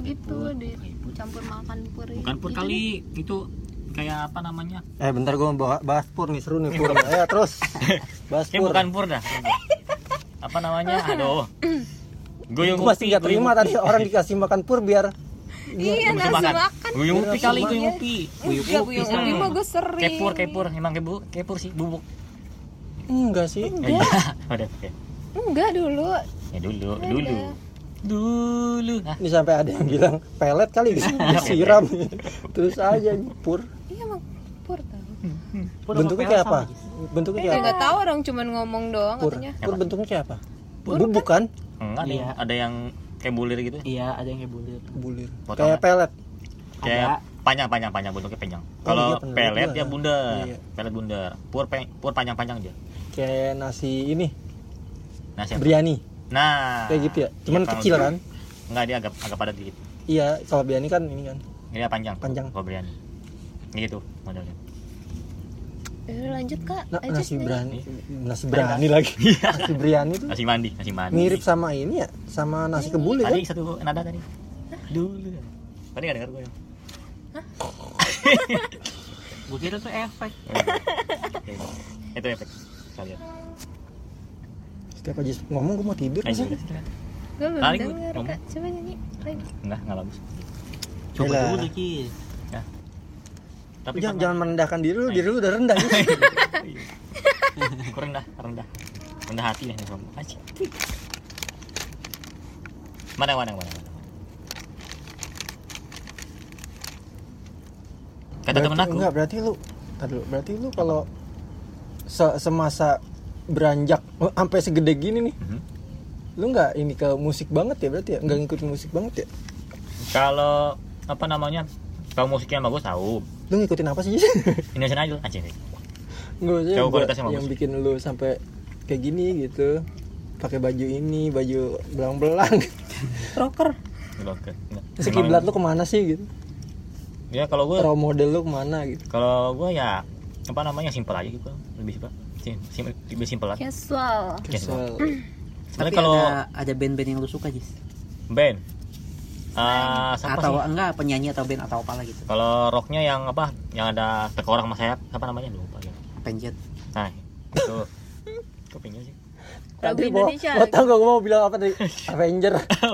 itu dicampur makan pur. Bukan pur gitu kali deh. Itu kayak apa namanya? Bentar gue bahas pur nih, seru nih pur. Terus bahas pur. Bukan pur dah. Apa namanya? Aduh. Gue masih nggak terima tadi orang dikasih makan pur biar iya nasi makan. Guyung upi kali, guyung upi. Guyung upi mah gue sering. Kepur, emang kepur sih, bubuk. Enggak sih. Udah, oke. Enggak dulu. Ya dulu. Ini sampai ada yang bilang pelet kali disiram. Terus aja pur. Iya emang pur tahu. Bentuknya kayak apa? Bentuknya kayak apa? Enggak tahu, orang cuman ngomong doang Pur. katanya. Pur bentuknya kayak apa? Bubuk kan? Enggak, ada yang kayak bulir gitu. Iya, ada yang kayak bulir. Kayak pelet. Kayak panjang bentuknya panjang. Kalau pelet ya bundar. Pelet bundar. Pur panjang aja. Kayak nasi ini. Nasi biryani. Nah, kayak gitu ya. Cuman kecil kan? Enggak, dia agak padat dikit. Iya, kalau biryani kan ini kan. Iya, panjang. Kalau biryani. Gitu modelnya. Lanjut Kak. Nasi biryani lagi. Nasi biryani tuh. Nasi mandi. Mirip sama ini ya, sama nasi kebuli kan? Tadi satu nada tadi. Dulu. Tadi enggak dengar gue ya. Gue kira tuh efek. Itu efek. Saya. Setiap aja ngomong gue mau tidur. Gue belum denger Kak. Coba nyanyi lagi. Enggak bagus. Coba dulu Ki. Ya. Tapi jangan merendahkan diri lu udah rendah gitu. Kurang rendah hati nih kamu. Mana. Kata temen aku. Enggak, berarti lu kalau semasa beranjak sampai segede gini nih. Lu enggak ini ke musik banget ya berarti ya? Enggak ngikutin musik banget ya? Kalau apa namanya? Kalau musiknya bagus tahu. Lu ngikutin apa sih? Indonesian Idol aja deh. Enggak sih yang bikin lu sampai kayak gini gitu. Pakai baju ini, baju belang-belang. Rocker. Terus kiblat lu kemana sih gitu? Ya kalau gue role model lu kemana gitu? Kalau gue ya apa namanya simpel aja gitu, lebih simpel aja. Casual. Tapi kalau ada band-band yang lu suka Jis? Band? Siapa atau sih? Enggak penyanyi atau band atau apalah gitu. Kalau rocknya yang apa? Yang ada tekorang sama sayap, apa namanya lupa ya. Avenged. Nah itu kopinya sih. Lagu Indonesia. Mau tau gak gue mau bilang apa tadi? Avenger.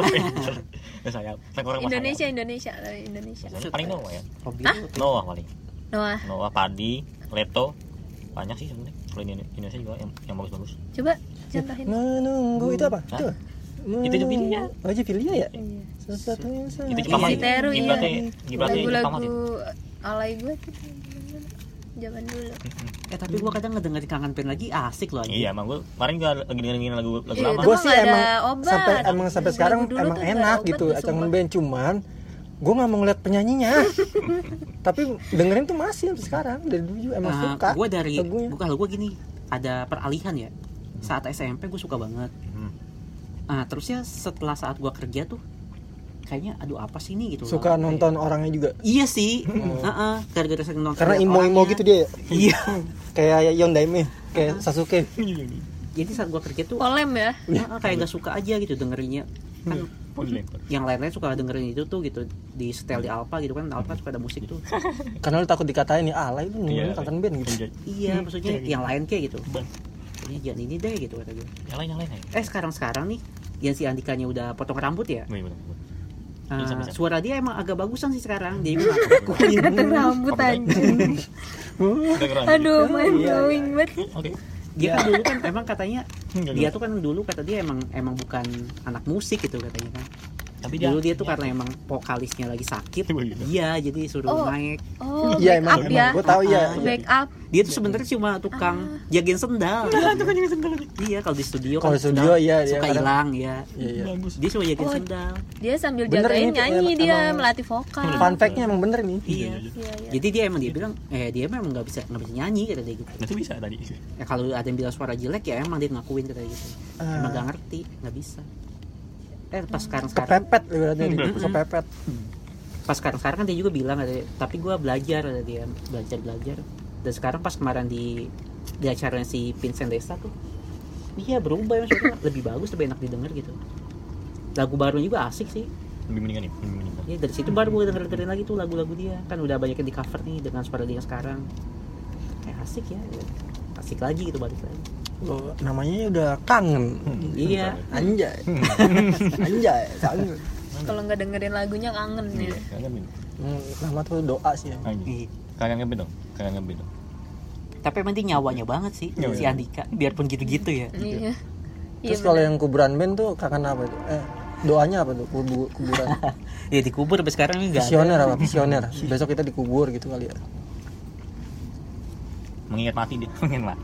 Sayap. Tekorang Indonesia. Paling Noah ya. Noah paling. Noah, Padi, Leto, banyak sih sebenarnya. Kalau Indonesia juga yang bagus-bagus. Coba contohin. Menunggu itu apa? Itu Jubilia. Oh Jubilia ya? Iya. Sesuatu yang sama. Itu Jepang mati. Lagu-lagu alay gue tuh zaman dulu. Tapi gue kadang ngedengerin Kangen Band lagi asik loh. Iya, emang gue kemarin juga lagi dengerin lagu lama. Gue sih sampai sekarang emang enak gitu Kangen Band, cuman gue nggak mau ngeliat penyanyinya. Tapi dengerin tuh masih sampai sekarang, dari dulu juga emang suka. Gue kalau gue gini ada peralihan ya. Saat SMP gue suka banget. Terus ya setelah saat gue kerja tuh kayaknya aduh apa sih ini gitu. Suka nonton orangnya juga. Iya sih. Gara-gara sering nonton. Karena imo gitu dia. Iya. Kayak Yondaime, kayak Sasuke. Jadi saat gue kerja tuh polem ya. Kayak gak suka aja gitu dengerinnya. Kan yang lain-lain suka dengerin itu tuh gitu di setel di Alfa gitu kan. Alfa suka ada musik tuh. Karena lu takut dikatain nih alay lu nungguin Kangen Band gitu. Iya, maksudnya yang lain kayak gitu. Ini jangan ini deh gitu kata gue. Yang lain. Sekarang nih yang si Andikanya udah potong rambut ya. Suara dia emang agak bagusan sih sekarang. Dia potong rambut anjing. Aduh, mind blowing banget. Oke. Dia kan dulu kan emang katanya dia tuh kan dulu kata dia emang bukan anak musik gitu katanya kan. Tapi dulu dia tuh karena emang vokalisnya lagi sakit, iya jadi suruh naik. Iya emang gue tahu ya. Backup. Dia tuh sebenarnya cuma tukang jagain sendal. Iya kalau di studio kan iya suka hilang ya. Dia cuma jagain sendal. Dia sambil jagain nyanyi dia melatih vokal. Fun fact-nya emang bener nih. Iya. Jadi dia bilang dia memang nggak bisa nyanyi kata dia gitu. Itu bisa tadi. Ya kalau ada yang bilang suara jelek ya emang dia ngakuin kata gitu. Emang nggak ngerti, nggak bisa. Pas sekarang kepepet berarti kepepet. Pas sekarang kan dia juga bilang tapi gue belajar dan sekarang pas kemarin di acaranya si Vincent Desta tuh iya berubah maksudnya lebih bagus, lebih enak didengar gitu. Lagu barunya juga asik sih. lebih mendingan. Ya dari situ baru gue dengerin lagi tuh lagu-lagu dia. Kan udah banyak yang di cover nih dengan suara dia sekarang. Kayak asik ya. Asik lagi gitu balik lagi. Oh, namanya udah kangen. Iya. Anjay. Anjay, kangen. Kalau nggak dengerin lagunya kangen ya. Kangen. Nama tuh doa sih ya. Kangen ngeband dong. Tapi emang dia nyawanya banget sih si Andika. Biarpun gitu-gitu ya. Iya. Terus kalau yang kuburan band tuh kangen apa itu? Doanya apa tuh? Kuburan. Ya dikubur sampai sekarang ini enggak. Visioner. Besok kita dikubur gitu kali ya. Mengingat mati dia.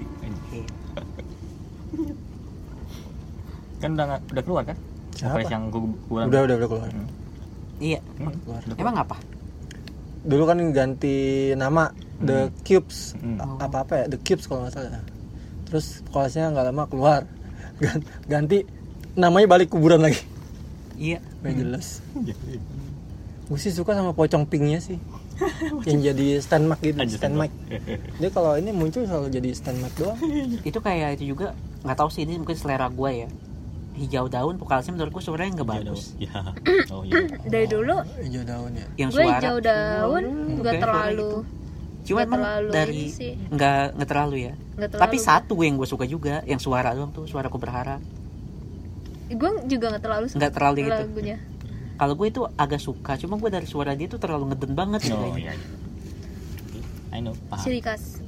Kan udah keluar kan? Siapa? Yang kuburan. Udah keluar. Iya. Keluar. Emang apa? Dulu kan ganti nama The Cubes. Apa ya? The Cubes kalau nggak salah. Terus vokalisnya nggak lama keluar. Ganti namanya balik kuburan lagi. Iya. Nggak jelas. Gue sih suka sama pocong pinknya sih. Yang jadi stand mic gitu. Stand mic. Dia kalau ini muncul selalu jadi stand mic doang. Itu kayak itu juga nggak tahu sih, ini mungkin selera gue ya. Hijau daun vokalisnya menurut gue suaranya nggak bagus. Ya. Oh iya. Dari dulu Hijau daun ya. Yang gue suara hijau daun nggak terlalu. Cuma emang dari nggak terlalu ya. Tapi satu yang gue suka juga, yang suara doang tuh, suara Aku Berharap. Gue juga nggak terlalu suka. Nggak terlalu gitu. Lagunya. Kalau gue itu agak suka, cuma gue dari suara dia tuh terlalu ngeden banget gitu. Oh iya. I know. Paham. Ciri khas.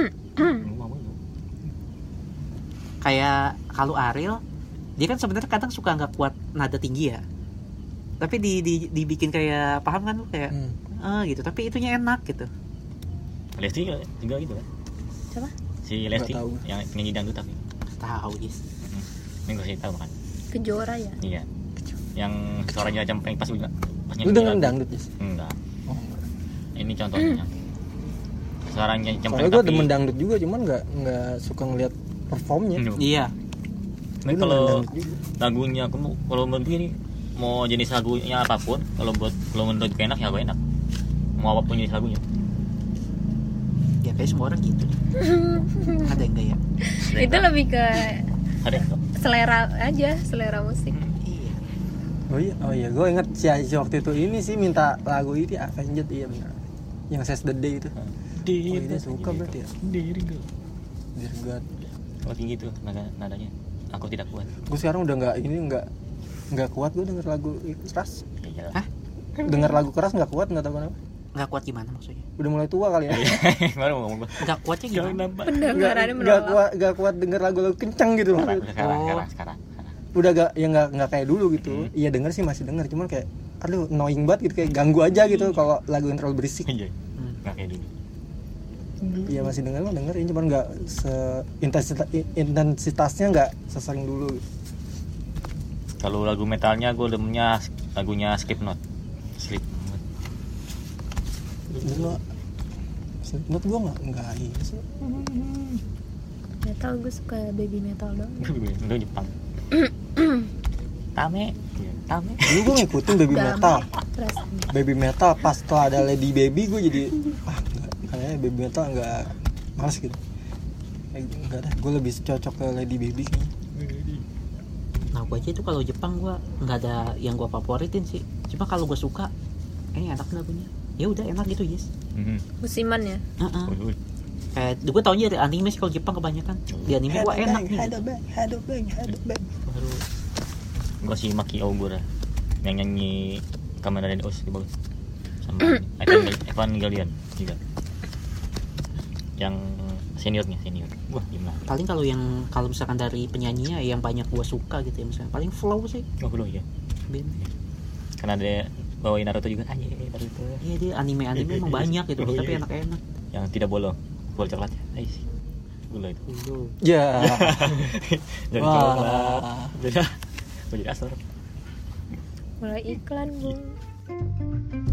Kayak kalau Ariel, dia kan sebenarnya kadang suka nggak kuat nada tinggi ya. Tapi dibikin kayak, paham kan lu kayak gitu. Tapi itunya enak gitu. Lesti juga gitu kan? Siapa? Si Lesti yang nyanyi dangdut tapi. Tahu Jis. Ini gue sih tahu kan. Kejora ya. Iya. Yang suaranya cempreng pas juga. Lu dengerin dangdut Jis? Enggak. Ini contohnya. Suaranya cempreng. Soalnya gue demen dangdut juga, cuman nggak suka ngeliat performnya. Iya. Nah, kalau lagunya kalau menurut gue ini mau jenis lagunya apapun, kalau menurut gue enak ya gue enak. Mau apapun jenis lagunya. Ya kayak semua orang gitu. Ada yang enggak ya? Itu lebih ke ada selera aja, selera musik. Iya. Oh iya, gue inget si waktu itu ini sih minta lagu ini Avenged, iya benar. Yang Says the Day itu. Dia suka berarti ya. Dear God. Oh tinggi tuh nadanya. Aku tidak kuat. Gue sekarang udah nggak kuat gue denger lagu keras. Iya. Hah? Denger lagu keras nggak kuat, nggak tahu kenapa. Nggak kuat gimana maksudnya? Udah mulai tua kali ya. Baru mau ngomong. Nggak kuatnya gimana? Pendengarannya menolak. Nggak kuat denger lagu-lagu kencang gitu loh. Sekarang. Udah nggak kayak dulu gitu. Iya denger sih masih denger, cuman kayak aduh annoying banget gitu, kayak ganggu aja gitu kalau lagu yang terlalu berisik. Iya. Nggak kayak dulu. Iya masih dengerin, cuman nggak intensitasnya nggak sesering dulu. Kalau lagu metalnya gue demennya lagunya Slipknot. Slipknot gue nggak ini sih. Metal gue suka baby metal doang. Itu Jepang. Tame. Dulu gue ngikutin baby metal pas setelah ada Lady Baby gue jadi kayaknya baby metal nggak males gitu. Enggak dah, gue lebih cocok ke Lady Baby kayaknya. Nah gue aja itu kalau Jepang gue nggak ada yang gue favoritin sih. Cuma kalau gue suka, ini enak lagunya. Ya udah enak gitu Yes. Musiman ya. Kayak gue taunya dari anime sih kalau Jepang kebanyakan. Di anime gue enak nih. Head of bang. Gue si Maki Ogura yang nyanyi Kamen Rider Os di bagus. Sama Evangelion juga. Yang seniornya. Wah gimana? Paling kalau misalkan dari penyanyinya yang banyak gue suka gitu ya, misalnya paling Flow sih. Oh Flow ya. Karena ada bawain Naruto juga aja Naruto. Iya dia anime emang banyak gitu, tapi enak-enak. Yang tidak bolong, full coklat ya. Ais. Gula itu. Ya. Jadi coklat. Jadi asal. Mulai iklan, Bu.